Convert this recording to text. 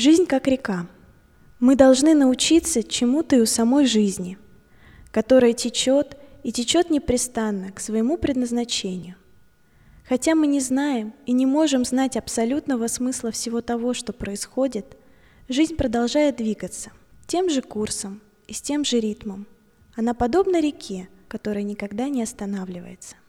Жизнь как река. Мы должны научиться чему-то и у самой жизни, которая течет и течет непрестанно к своему предназначению. Хотя мы не знаем и не можем знать абсолютного смысла всего того, что происходит, жизнь продолжает двигаться тем же курсом и с тем же ритмом. Она подобна реке, которая никогда не останавливается.